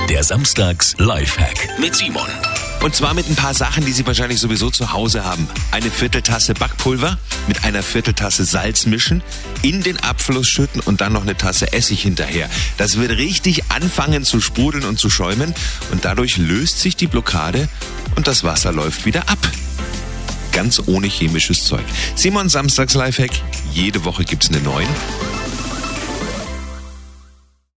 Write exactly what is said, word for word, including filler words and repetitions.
Der Samstags Lifehack mit Simon. Und zwar mit ein paar Sachen, die Sie wahrscheinlich sowieso zu Hause haben. Eine Vierteltasse Backpulver mit einer Vierteltasse Salz mischen, in den Abfluss schütten und dann noch eine Tasse Essig hinterher. Das wird richtig anfangen zu sprudeln und zu schäumen und dadurch löst sich die Blockade und das Wasser läuft wieder ab. Ganz ohne chemisches Zeug. Simon Samstags Lifehack. Jede Woche gibt's eine neuen.